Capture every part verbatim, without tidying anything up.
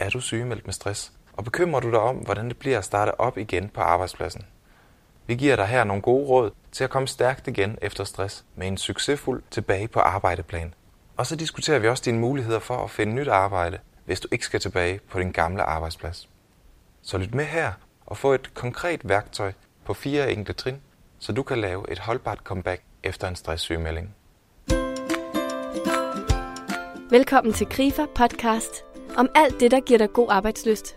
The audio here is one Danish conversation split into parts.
er du sygemeldt med stress, og bekymrer du dig om, hvordan det bliver at starte op igen på arbejdspladsen. Vi giver dig her nogle gode råd til at komme stærkt igen efter stress med en succesfuld tilbage på arbejdeplan. Og så diskuterer vi også dine muligheder for at finde nyt arbejde, hvis du ikke skal tilbage på din gamle arbejdsplads. Så lyt med her og få et konkret værktøj på fire enkle trin, så du kan lave et holdbart comeback efter en stresssygemelding. Velkommen til Krifa podcast om alt det, der giver dig god arbejdslyst.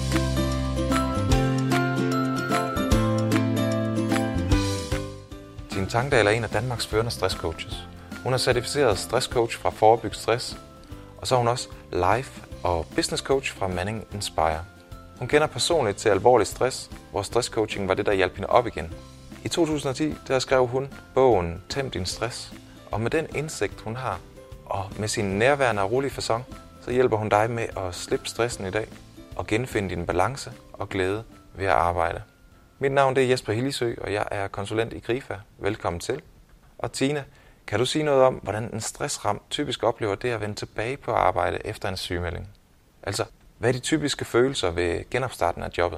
Tine Tangdal er en af Danmarks førende stresscoaches. Hun er certificeret stresscoach fra Forebyg Stress, og så er hun også life- og business coach fra Manning Inspire. Hun kender personligt til alvorlig stress, hvor stresscoaching var det, der hjalp hende op igen. I to tusind og ti der skrev hun bogen Tæm din stress, og med den indsigt, hun har, og med sin nærværende og rolige facon, så hjælper hun dig med at slippe stressen i dag og genfinde din balance og glæde ved at arbejde. Mit navn det er Jesper Hillisø, og jeg er konsulent i Krifa. Velkommen til. Og Tina, kan du sige noget om, hvordan en stressramt typisk oplever det at vende tilbage på arbejde efter en sygemelding? Altså, hvad er de typiske følelser ved genopstarten af jobbet?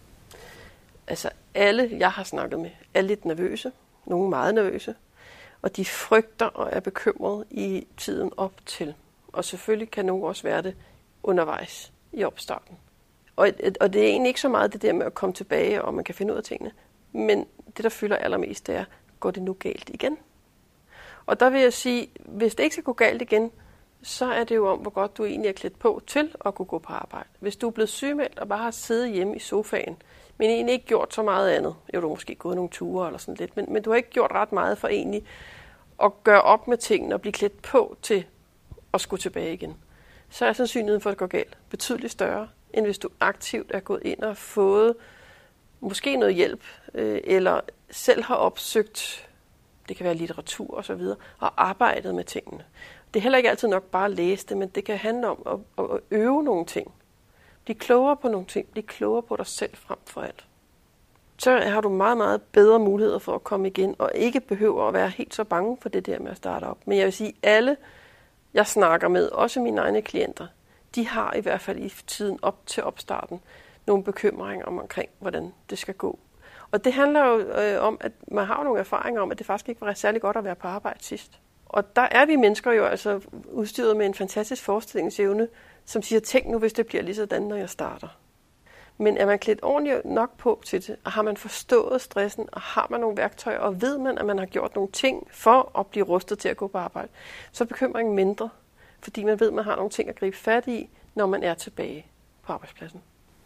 Altså, alle, jeg har snakket med, er lidt nervøse. Nogle meget nervøse. Og de frygter og er bekymrede i tiden op til. Og selvfølgelig kan nogle også være det undervejs i opstarten. Og, og det er egentlig ikke så meget det der med at komme tilbage, og man kan finde ud af tingene. Men det, der fylder allermest, det er, går det nu galt igen? Og der vil jeg sige, hvis det ikke skal gå galt igen, så er det jo om, hvor godt du egentlig er klædt på til at kunne gå på arbejde. Hvis du er blevet sygemeldt og bare har siddet hjemme i sofaen, men egentlig ikke gjort så meget andet, jo, du har måske gået nogle ture eller sådan lidt, men, men du har ikke gjort ret meget for egentlig at gøre op med tingene og blive klædt på til at skulle tilbage igen, så er sandsynligheden for, at det går galt betydeligt større, end hvis du aktivt er gået ind og fået måske noget hjælp, øh, eller selv har opsøgt, det kan være litteratur og så videre, og arbejdet med tingene. Det er heller ikke altid nok bare at læse det, men det kan handle om at, at øve nogle ting. Blive klogere på nogle ting, blive klogere på dig selv frem for alt. Så har du meget, meget bedre muligheder for at komme igen, og ikke behøver at være helt så bange for det der med at starte op. Men jeg vil sige, alle, jeg snakker med, også mine egne klienter, de har i hvert fald i tiden op til opstarten nogle bekymringer om omkring, hvordan det skal gå. Og det handler jo øh, om, at man har nogle erfaringer om, at det faktisk ikke var særlig godt at være på arbejde sidst. Og der er vi mennesker jo altså udstyret med en fantastisk forestillingsevne, som siger, tænk nu, hvis det bliver lige sådan, når jeg starter. Men er man klædt ordentligt nok på til det, og har man forstået stressen, og har man nogle værktøjer, og ved man, at man har gjort nogle ting for at blive rustet til at gå på arbejde, så er bekymringen mindre, fordi man ved, at man har nogle ting at gribe fat i, når man er tilbage på arbejdspladsen.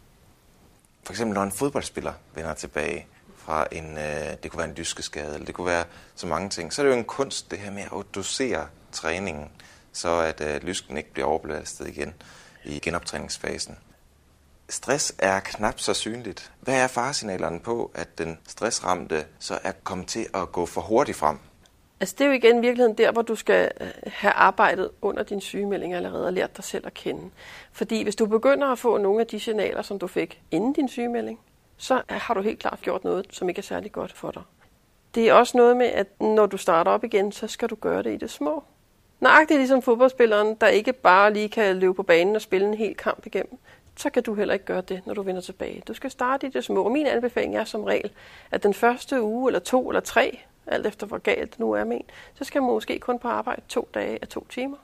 For eksempel når en fodboldspiller vender tilbage fra en, øh, det kunne være en lyskeskade, eller det kunne være så mange ting, så er det jo en kunst, det her med at dosere træningen, så at øh, lysken ikke bliver overbelastet igen i genoptræningsfasen. Stress er knap så synligt. Hvad er faresignalerne på, at den stressramte så er kommet til at gå for hurtigt frem? Altså det er jo igen i virkeligheden der, hvor du skal have arbejdet under din sygemelding allerede og lært dig selv at kende. Fordi hvis du begynder at få nogle af de signaler, som du fik inden din sygemelding, så har du helt klart gjort noget, som ikke er særlig godt for dig. Det er også noget med, at når du starter op igen, så skal du gøre det i det små. Nøjagtigt ligesom fodboldspilleren, der ikke bare lige kan løbe på banen og spille en hel kamp igennem, så kan du heller ikke gøre det, når du vender tilbage. Du skal starte i det små. Og min anbefaling er som regel, at den første uge, eller to, eller tre, alt efter hvor galt det nu er med en, så skal man måske kun på arbejde to dage af to timer.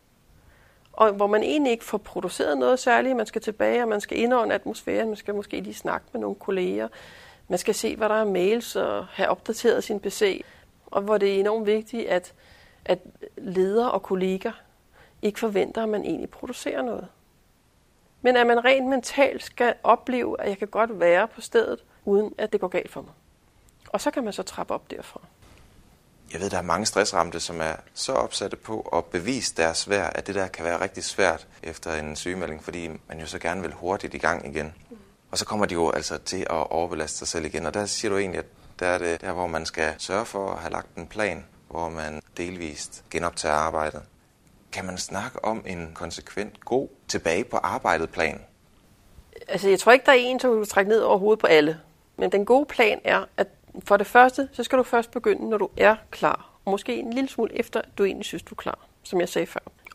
Og hvor man egentlig ikke får produceret noget særligt, man skal tilbage, og man skal indånde atmosfæren, man skal måske lige snakke med nogle kolleger, man skal se, hvad der er mails, og have opdateret sin P C. Og hvor det er enormt vigtigt, at, at ledere og kolleger ikke forventer, at man egentlig producerer noget. Men at man rent mentalt skal opleve, at jeg kan godt være på stedet, uden at det går galt for mig. Og så kan man så trappe op derfra. Jeg ved, der er mange stressramte, som er så opsatte på at bevise deres værd, at det der kan være rigtig svært efter en sygemelding, fordi man jo så gerne vil hurtigt i gang igen. Mm. Og så kommer de jo altså til at overbelaste sig selv igen. Og der siger du egentlig, at der er det der, hvor man skal sørge for at have lagt en plan, hvor man delvist genoptager arbejdet. Kan man snakke om en konsekvent god tilbage på arbejdet plan? Altså, jeg tror ikke, der er en, som du trække ned over hovedet på alle. Men den gode plan er, at for det første, så skal du først begynde, når du er klar. Og måske en lille smule efter, du egentlig synes, du er klar, som jeg sagde før.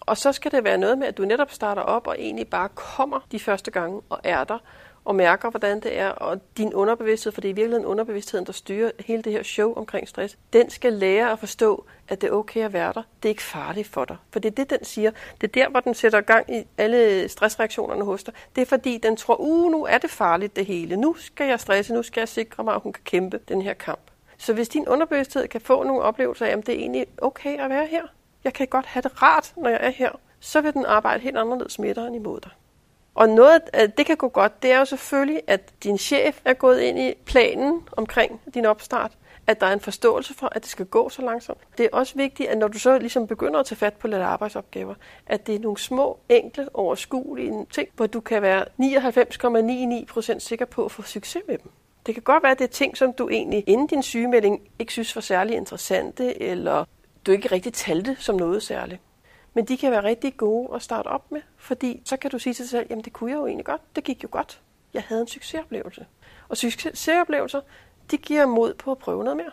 Og så skal det være noget med, at du netop starter op og egentlig bare kommer de første gange og er der og mærker, hvordan det er. Og din underbevidsthed, for det er i virkeligheden underbevidstheden, der styrer hele det her show omkring stress, den skal lære at forstå, at det er okay at være der. Det er ikke farligt for dig. For det er det, den siger. Det er der, hvor den sætter gang i alle stressreaktionerne hos dig. Det er fordi, den tror, uh, nu er det farligt det hele. Nu skal jeg stresse, nu skal jeg sikre mig, at hun kan kæmpe den her kamp. Så hvis din underbevidsthed kan få nogle oplevelser af, at det er egentlig okay at være her, jeg kan godt have det rart, når jeg er her, så vil den arbejde helt anderledes med dig end imod dig. Og noget af det kan gå godt, det er jo selvfølgelig, at din chef er gået ind i planen omkring din opstart, at der er en forståelse for, at det skal gå så langsomt. Det er også vigtigt, at når du så ligesom begynder at tage fat på lidt arbejdsopgaver, at det er nogle små, enkle, overskuelige ting, hvor du kan være nioghalvfems komma nioghalvfems procent sikker på at få succes med dem. Det kan godt være, at det er ting, som du egentlig inden din sygemelding ikke synes var særlig interessante, eller du ikke rigtig talte som noget særligt. Men de kan være rigtig gode at starte op med, fordi så kan du sige til dig selv, jamen det kunne jeg jo egentlig godt, det gik jo godt. Jeg havde en succesoplevelse. Og succesoplevelser, de giver mod på at prøve noget mere.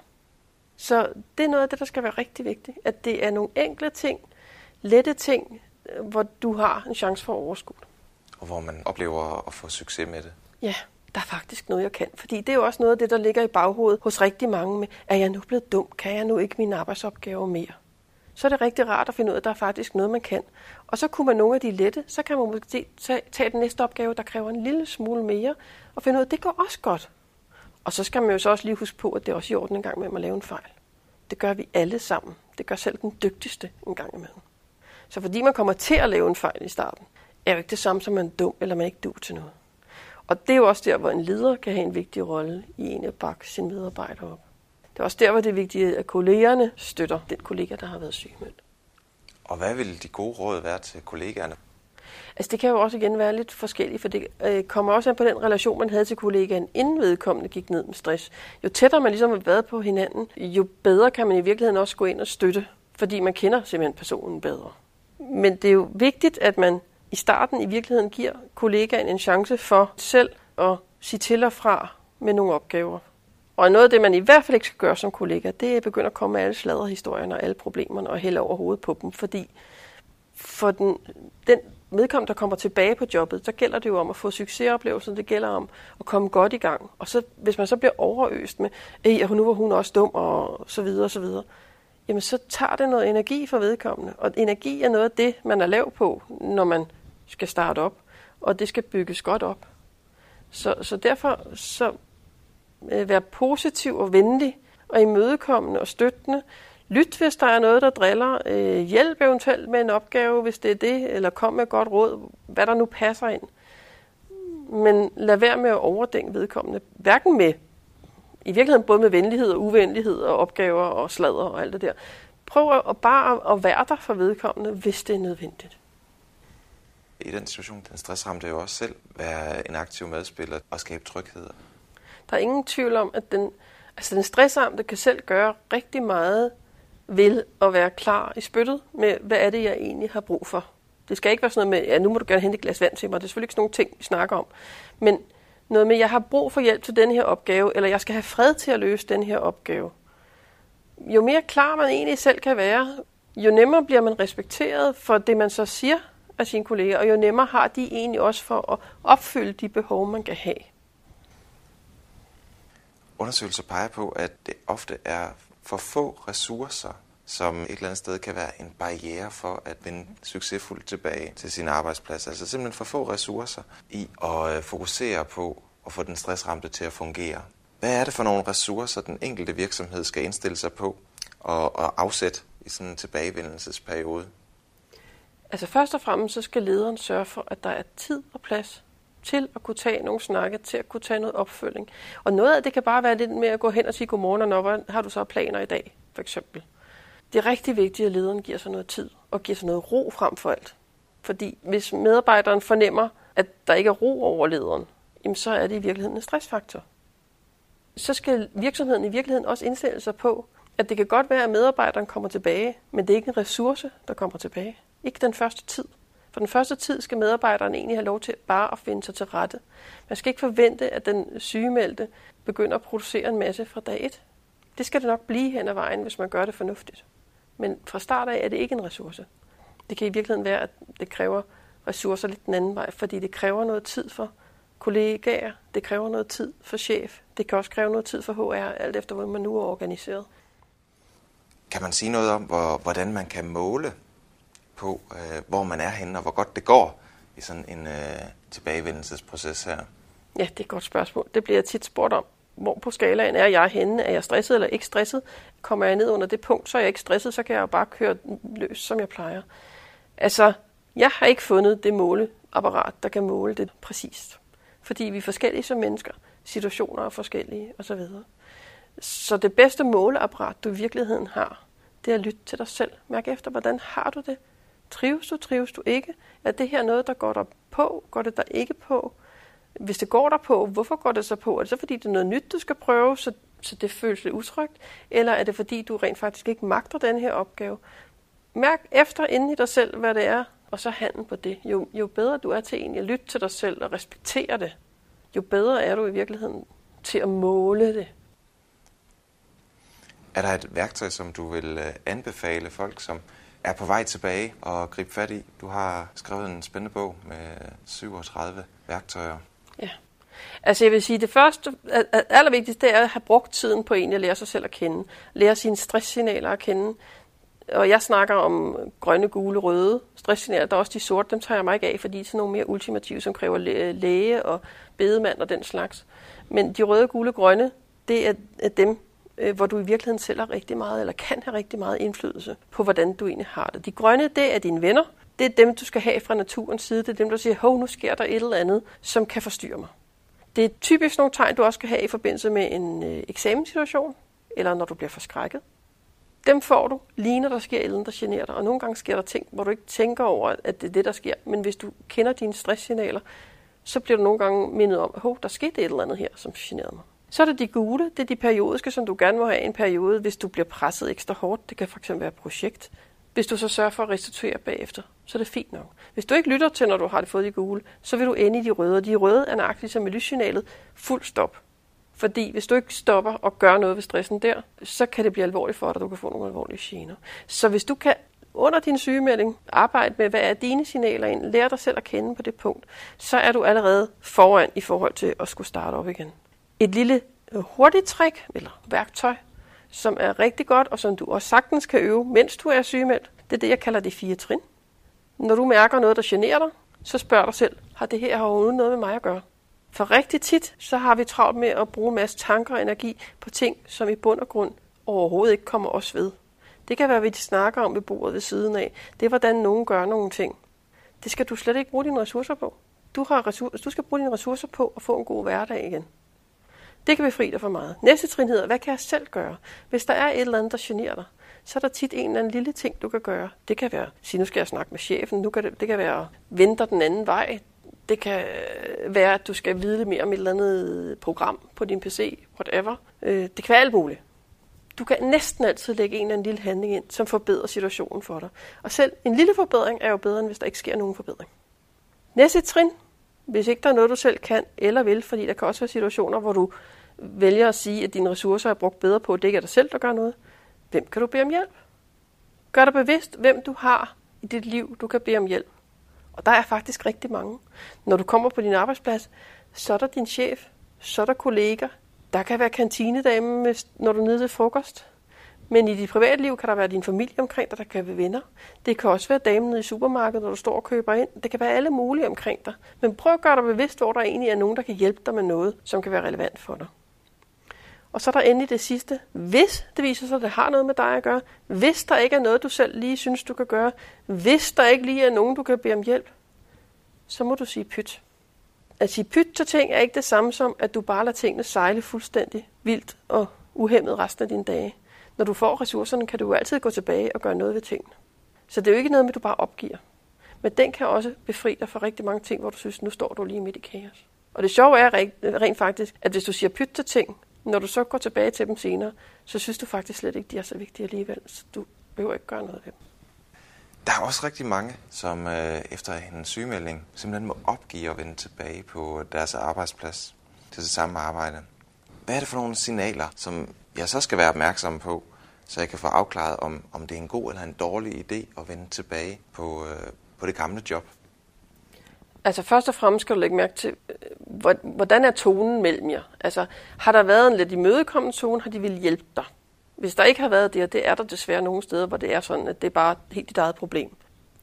Så det er noget af det, der skal være rigtig vigtigt, at det er nogle enkle ting, lette ting, hvor du har en chance for at overskue. Og hvor man oplever at få succes med det. Ja, der er faktisk noget, jeg kan. Fordi det er jo også noget af det, der ligger i baghovedet hos rigtig mange med, er jeg nu blevet dum? Kan jeg nu ikke mine arbejdsopgaver mere? Så er det rigtig rart at finde ud af, at der er faktisk noget, man kan. Og så kunne man nogle af de lette, så kan man måske tage den næste opgave, der kræver en lille smule mere, og finde ud af, at det går også godt. Og så skal man jo så også lige huske på, at det er også i orden en gang med at lave en fejl. Det gør vi alle sammen. Det gør selv den dygtigste en gang imellem. Så fordi man kommer til at lave en fejl i starten, er jo ikke det samme som man er dum, eller man ikke duer til noget. Og det er jo også der, hvor en leder kan have en vigtig rolle i en at bakke sine medarbejdere op. Det er også der, hvor det er vigtigt, at kollegerne støtter den kollega, der har været sygemeldt. Og hvad vil de gode råd være til kollegaerne? Altså det kan jo også igen være lidt forskelligt, for det øh, kommer også an på den relation, man havde til kollegaen, inden vedkommende gik ned med stress. Jo tættere man ligesom har været på hinanden, jo bedre kan man i virkeligheden også gå ind og støtte, fordi man kender simpelthen personen bedre. Men det er jo vigtigt, at man i starten i virkeligheden giver kollegaen en chance for selv at sige til og fra med nogle opgaver. Og noget af det, man i hvert fald ikke skal gøre som kollega, det er at begynde at komme med alle sladderhistorierne og alle problemerne og hælde over hovedet på dem. Fordi for den, den vedkommende, der kommer tilbage på jobbet, så gælder det jo om at få succesoplevelser, det gælder om at komme godt i gang. Og så, hvis man så bliver overøst med, at nu var hun også dum og så videre og så videre, jamen så tager det noget energi for vedkommende. Og energi er noget af det, man er lav på, når man skal starte op, og det skal bygges godt op. Så, så derfor så øh, være positiv og venlig og imødekommende og støttende. Lyt, hvis der er noget, der driller. Øh, hjælp eventuelt med en opgave, hvis det er det, eller kom med godt råd, hvad der nu passer ind. Men lad være med at overdænge vedkommende. Hverken med, i virkeligheden både med venlighed og uvenlighed og opgaver og sladder og alt det der. Prøv at bare at være der for vedkommende, hvis det er nødvendigt. I den situation, den stressramte jo også selv være en aktiv medspiller og skabe tryghed. Der er ingen tvivl om, at den, altså den stressramte kan selv gøre rigtig meget ved at være klar i spyttet med, hvad er det, jeg egentlig har brug for. Det skal ikke være sådan noget med, ja, nu må du gerne hente et glas vand til mig. Det er selvfølgelig ikke sådan nogle ting, vi snakker om. Men noget med, jeg har brug for hjælp til den her opgave, eller jeg skal have fred til at løse den her opgave. Jo mere klar man egentlig selv kan være, jo nemmere bliver man respekteret for det, man så siger af sine kolleger, og jo nemmere har de egentlig også for at opfylde de behov, man kan have. Undersøgelser peger på, at det ofte er for få ressourcer, som et eller andet sted kan være en barriere for at vende succesfuldt tilbage til sin arbejdsplads. Altså simpelthen for få ressourcer i at fokusere på at få den stressramte til at fungere. Hvad er det for nogle ressourcer, den enkelte virksomhed skal indstille sig på og, og afsætte i sådan en tilbagevendelsesperiode? Altså først og fremmest så skal lederen sørge for, at der er tid og plads til at kunne tage nogle snakke, til at kunne tage noget opfølging. Og noget af det kan bare være lidt med at gå hen og sige godmorgen, og når har du så planer i dag, for eksempel. Det er rigtig vigtigt, at lederen giver sig noget tid og giver sig noget ro frem for alt. Fordi hvis medarbejderen fornemmer, at der ikke er ro over lederen, jamen så er det i virkeligheden en stressfaktor. Så skal virksomheden i virkeligheden også indstille sig på, at det kan godt være, at medarbejderen kommer tilbage, men det er ikke en ressource, der kommer tilbage. Ikke den første tid. For den første tid skal medarbejderen egentlig have lov til bare at finde sig til rette. Man skal ikke forvente, at den sygemeldte begynder at producere en masse fra dag et. Det skal det nok blive hen ad vejen, hvis man gør det fornuftigt. Men fra start af er det ikke en ressource. Det kan i virkeligheden være, at det kræver ressourcer lidt den anden vej, fordi det kræver noget tid for kollegaer, det kræver noget tid for chef, det kan også kræve noget tid for H R, alt efter hvordan man nu er organiseret. Kan man sige noget om, hvor, hvordan man kan måle på, øh, hvor man er henne, og hvor godt det går i sådan en øh, tilbagevendelsesproces her? Ja, det er et godt spørgsmål. Det bliver jeg tit spurgt om. Hvor på skalaen er jeg henne? Er jeg stresset eller ikke stresset? Kommer jeg ned under det punkt, så er jeg ikke stresset, så kan jeg jo bare køre løs, som jeg plejer. Altså, jeg har ikke fundet det måleapparat, der kan måle det præcist. Fordi vi er forskellige som mennesker. Situationer er forskellige osv. Så det bedste måleapparat, du i virkeligheden har, det er at lytte til dig selv. Mærk efter, hvordan har du det? Trives du, trives du ikke? Er det her noget, der går der på? Går det der ikke på? Hvis det går der på, hvorfor går det så på? Er det så fordi, det er noget nyt, du skal prøve, så, så det føles lidt utrygt? Eller er det fordi, du rent faktisk ikke magter den her opgave? Mærk efter inde i dig selv, hvad det er, og så handle på det. Jo, jo bedre du er til egentlig at lytte til dig selv og respektere det, jo bedre er du i virkeligheden til at måle det. Er der et værktøj, som du vil anbefale folk, som er på vej tilbage og gribe fat i? Du har skrevet en spændende bog med syvogtredive værktøjer. Ja. Altså jeg vil sige, det første, allervigtigste, det er at have brugt tiden på egentlig at lære sig selv at kende. Lære sine stresssignaler at kende. Og jeg snakker om grønne, gule, røde stresssignaler. Der er også de sorte, dem tager jeg mig ikke af, fordi de er sådan nogle mere ultimative, som kræver læge og bedemand og den slags. Men de røde, gule, grønne, det er, er dem, hvor du i virkeligheden selv har rigtig meget, eller kan have rigtig meget indflydelse på, hvordan du egentlig har det. De grønne, det er dine venner. Det er dem, du skal have fra naturens side. Det er dem, der siger, hov, nu sker der et eller andet, som kan forstyrre mig. Det er typisk nogle tegn, du også skal have i forbindelse med en øh, eksamenssituation, eller når du bliver forskrækket. Dem får du, lige når der sker et eller andet, der generer dig. Og nogle gange sker der ting, hvor du ikke tænker over, at det er det, der sker. Men hvis du kender dine stresssignaler, så bliver du nogle gange mindet om, hov, der skete et eller andet her, som generede mig. Så er det de gule, det er de periodiske, som du gerne må have i en periode, hvis du bliver presset ekstra hårdt. Det kan fx være et projekt. Hvis du så sørger for at restituere bagefter, så er det fint nok. Hvis du ikke lytter til, når du har det fået de gule, så vil du ende i de røde. Og de røde er nøjagtigt som med lyssignalet fuld stop. Fordi hvis du ikke stopper og gør noget ved stressen der, så kan det blive alvorligt for dig, og du kan få nogle alvorlige gener. Så hvis du kan under din sygemelding arbejde med, hvad er dine signaler ind, lære dig selv at kende på det punkt, så er du allerede foran i forhold til at skulle starte op igen. Et lille hurtigt trick, eller værktøj, som er rigtig godt, og som du også sagtens kan øve, mens du er sygemeldt, det er det, jeg kalder de fire trin. Når du mærker noget, der generer dig, så spørg dig selv, har det her overhovedet noget med mig at gøre? For rigtig tit, så har vi travlt med at bruge en masse tanker og energi på ting, som i bund og grund overhovedet ikke kommer os ved. Det kan være, hvad de snakker om ved bordet ved siden af. Det er, hvordan nogen gør nogle ting. Det skal du slet ikke bruge dine ressourcer på. Du, har ressourcer, du skal bruge dine ressourcer på at få en god hverdag igen. Det kan befri dig for meget. Næste trin hedder, hvad kan jeg selv gøre? Hvis der er et eller andet, der generer dig, så er der tit en eller anden lille ting, du kan gøre. Det kan være, sige, nu skal jeg snakke med chefen. Nu kan det, det kan være, vente dig den anden vej. Det kan være, at du skal vide lidt mere om et eller andet program på din P C, whatever. Det kan være alt muligt. Du kan næsten altid lægge en eller anden lille handling ind, som forbedrer situationen for dig. Og selv en lille forbedring er jo bedre, end hvis der ikke sker nogen forbedring. Næste trin, hvis ikke der er noget, du selv kan eller vil, fordi der kan også være situationer, hvor du vælger at sige, at dine ressourcer er brugt bedre på, at det ikke er dig selv, der gør noget. Hvem kan du bede om hjælp? Gør dig bevidst, hvem du har i dit liv, du kan bede om hjælp. Og der er faktisk rigtig mange. Når du kommer på din arbejdsplads, så er der din chef, så er der kolleger. Der kan være kantinedame, når du er nede til frokost. Men i dit private liv kan der være din familie omkring dig, der kan være venner. Det kan også være damen nede i supermarkedet, når du står og køber ind. Det kan være alle mulige omkring dig. Men prøv at gøre dig bevidst, hvor der egentlig er nogen, der kan hjælpe dig med noget, som kan være relevant for dig. Og så er der endelig det sidste. Hvis det viser sig, at det har noget med dig at gøre, hvis der ikke er noget, du selv lige synes, du kan gøre, hvis der ikke lige er nogen, du kan bede om hjælp, så må du sige pyt. At sige pyt til ting er ikke det samme som, at du bare lader tingene sejle fuldstændig vildt og uhæmmet resten af dine dage. Når du får ressourcerne, kan du jo altid gå tilbage og gøre noget ved tingene. Så det er jo ikke noget med, at du bare opgiver. Men den kan også befri dig for rigtig mange ting, hvor du synes, nu står du lige midt i kaos. Og det sjove er rent, rent faktisk, at hvis du siger pyt til ting, når du så går tilbage til dem senere, så synes du faktisk slet ikke, de er så vigtige alligevel. Så du behøver ikke gøre noget ved dem. Der er også rigtig mange, som øh, efter en sygemelding simpelthen må opgive at vende tilbage på deres arbejdsplads til det samme arbejde. Hvad er det for nogle signaler, som jeg så skal være opmærksom på, så jeg kan få afklaret, om, om det er en god eller en dårlig idé at vende tilbage på, øh, på det gamle job. Altså først og fremmest skal du lægge mærke til, hvordan er tonen mellem jer? Altså har der været en lidt imødekommende tone, har de ville hjælpe dig? Hvis der ikke har været det, og det er der desværre nogle steder, hvor det er sådan, at det er bare helt dit eget problem.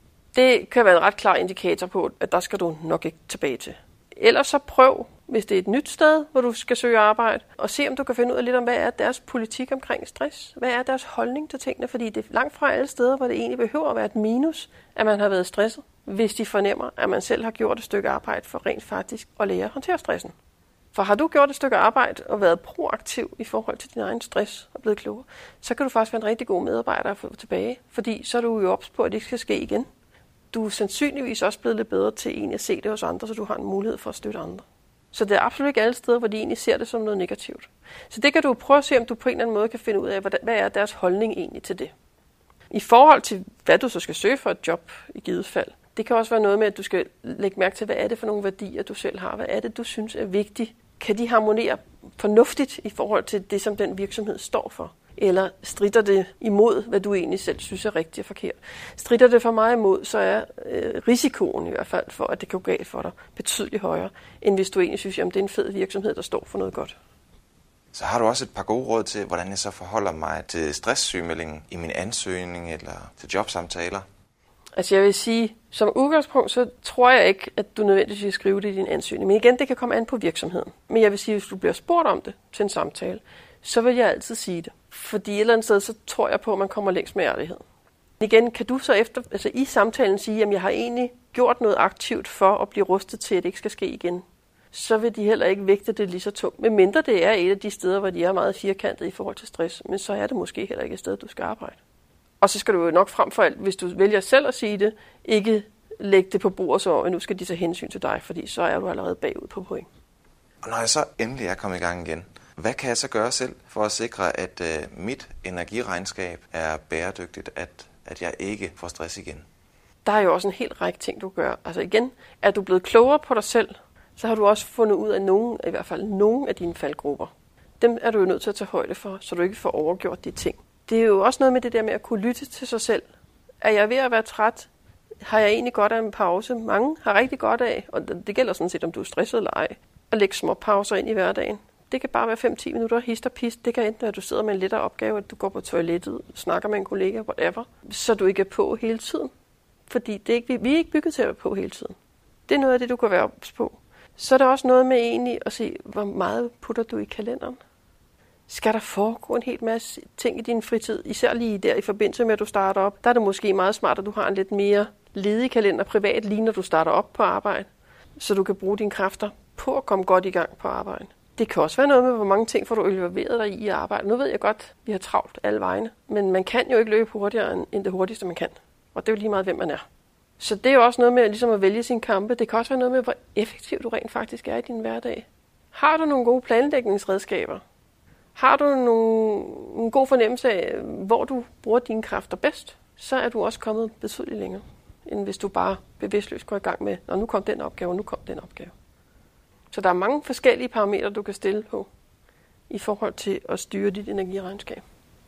Det kan være en ret klar indikator på, at der skal du nok ikke tilbage til. Ellers så prøv, hvis det er et nyt sted, hvor du skal søge arbejde, og se om du kan finde ud af lidt om, hvad er deres politik omkring stress? Hvad er deres holdning til tingene? Fordi det er langt fra alle steder, hvor det egentlig behøver at være et minus, at man har været stresset, hvis de fornemmer, at man selv har gjort et stykke arbejde for rent faktisk at lære at håndtere stressen. For har du gjort et stykke arbejde og været proaktiv i forhold til din egen stress og blevet klogere, så kan du faktisk være en rigtig god medarbejder at få tilbage, fordi så er du jo ops på, at det ikke skal ske igen. Du er sandsynligvis også blevet lidt bedre til egentlig at se det hos andre, så du har en mulighed for at støtte andre. Så det er absolut ikke alle steder, hvor de egentlig ser det som noget negativt. Så det kan du prøve at se, om du på en eller anden måde kan finde ud af, hvad er deres holdning egentlig til det. I forhold til, hvad du så skal søge for et job i givet fald, det kan også være noget med, at du skal lægge mærke til, hvad er det for nogle værdier, du selv har. Hvad er det, du synes er vigtigt? Kan de harmonere fornuftigt i forhold til det, som den virksomhed står for? Eller stritter det imod, hvad du egentlig selv synes er rigtigt og forkert? Stritter det for meget imod, så er øh, risikoen i hvert fald for, at det kan gå galt for dig, betydeligt højere, end hvis du egentlig synes, at det er en fed virksomhed, der står for noget godt. Så har du også et par gode råd til, hvordan jeg så forholder mig til stresssygemeldingen i min ansøgning eller til jobsamtaler? Altså jeg vil sige, som udgangspunkt, så tror jeg ikke, at du nødvendigvis skal skrive det i din ansøgning. Men igen, det kan komme an på virksomheden. Men jeg vil sige, hvis du bliver spurgt om det til en samtale, så vil jeg altid sige det. Fordi et eller andet sted, så tror jeg på, at man kommer længst med ærlighed. Igen, kan du så efter, altså i samtalen sige, at jeg har egentlig gjort noget aktivt for at blive rustet til, at det ikke skal ske igen, så vil de heller ikke vægte det lige så tungt. Men mindre det er et af de steder, hvor de er meget firkantet i forhold til stress, men så er det måske heller ikke et sted, du skal arbejde. Og så skal du jo nok frem for alt, hvis du vælger selv at sige det, ikke lægge det på bordet, så nu skal de tage hensyn til dig, fordi så er du allerede bagud på point. Og når jeg så endelig er kommet i gang igen, hvad kan jeg så gøre selv for at sikre, at øh, mit energiregnskab er bæredygtigt, at, at jeg ikke får stress igen? Der er jo også en hel række ting, du gør. Altså igen, er du blevet klogere på dig selv, så har du også fundet ud af nogen, i hvert fald nogle af dine faldgrupper. Dem er du jo nødt til at tage højde for, så du ikke får overgjort de ting. Det er jo også noget med det der med at kunne lytte til sig selv. Er jeg ved at være træt? Har jeg egentlig godt af en pause? Mange har rigtig godt af, og det gælder sådan set, om du er stresset eller ej, at lægge små pauser ind i hverdagen. Det kan bare være fem til ti minutter, hist og pist. Det kan enten være, at du sidder med en lettere opgave, at du går på toilettet, snakker med en kollega, whatever, så du ikke er på hele tiden. Fordi det er ikke, vi er ikke bygget til at være på hele tiden. Det er noget af det, du kan være ops på. Så er der også noget med egentlig at se, hvor meget putter du i kalenderen. Skal der foregå en hel masse ting i din fritid, især lige der i forbindelse med, at du starter op. Der er det måske meget smart, at du har en lidt mere ledig kalender privat, lige når du starter op på arbejde, så du kan bruge dine kræfter på at komme godt i gang på arbejde. Det kan også være noget med, hvor mange ting får du involveret dig i at arbejde. Nu ved jeg godt, vi har travlt alle vegne, men man kan jo ikke løbe hurtigere end det hurtigste, man kan. Og det er jo lige meget, hvem man er. Så det er jo også noget med ligesom at vælge sine kampe. Det kan også være noget med, hvor effektiv du rent faktisk er i din hverdag. Har du nogle gode planlægningsredskaber? Har du nogle, en god fornemmelse af, hvor du bruger dine kræfter bedst, så er du også kommet betydeligt længere, end hvis du bare bevidstløst går i gang med, og nu kom den opgave, og nu kom den opgave. Så der er mange forskellige parametre, du kan stille på, i forhold til at styre dit energiregnskab.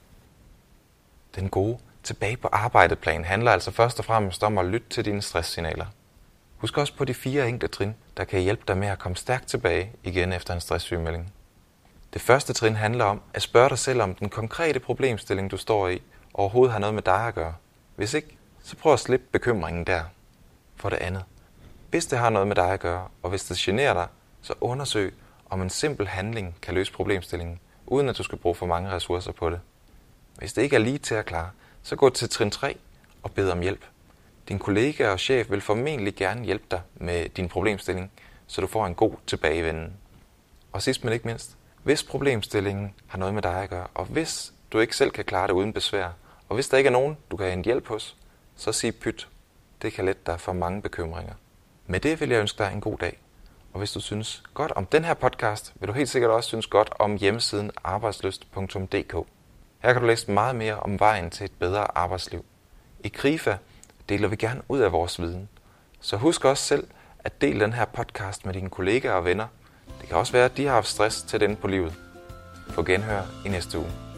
Den gode tilbage på arbejdeplan handler altså først og fremmest om at lytte til dine stresssignaler. Husk også på de fire enkle trin, der kan hjælpe dig med at komme stærkt tilbage igen efter en stresssygemelding. Det første trin handler om at spørge dig selv, om den konkrete problemstilling, du står i, overhovedet har noget med dig at gøre. Hvis ikke, så prøv at slippe bekymringen der. For det andet, hvis det har noget med dig at gøre, og hvis det generer dig, så undersøg, om en simpel handling kan løse problemstillingen, uden at du skal bruge for mange ressourcer på det. Hvis det ikke er lige til at klare, så gå til trin tre og bed om hjælp. Din kollega og chef vil formentlig gerne hjælpe dig med din problemstilling, så du får en god tilbagevenden. Og sidst men ikke mindst, hvis problemstillingen har noget med dig at gøre, og hvis du ikke selv kan klare det uden besvær, og hvis der ikke er nogen, du kan hente hjælp hos, så sig pyt. Det kan lette dig for mange bekymringer. Med det vil jeg ønske dig en god dag. Og hvis du synes godt om den her podcast, vil du helt sikkert også synes godt om hjemmesiden arbejdslyst punktum d k. Her kan du læse meget mere om vejen til et bedre arbejdsliv. I Krifa deler vi gerne ud af vores viden. Så husk også selv at dele den her podcast med dine kollegaer og venner. Det kan også være, at de har haft stress til den på livet. På genhør i næste uge.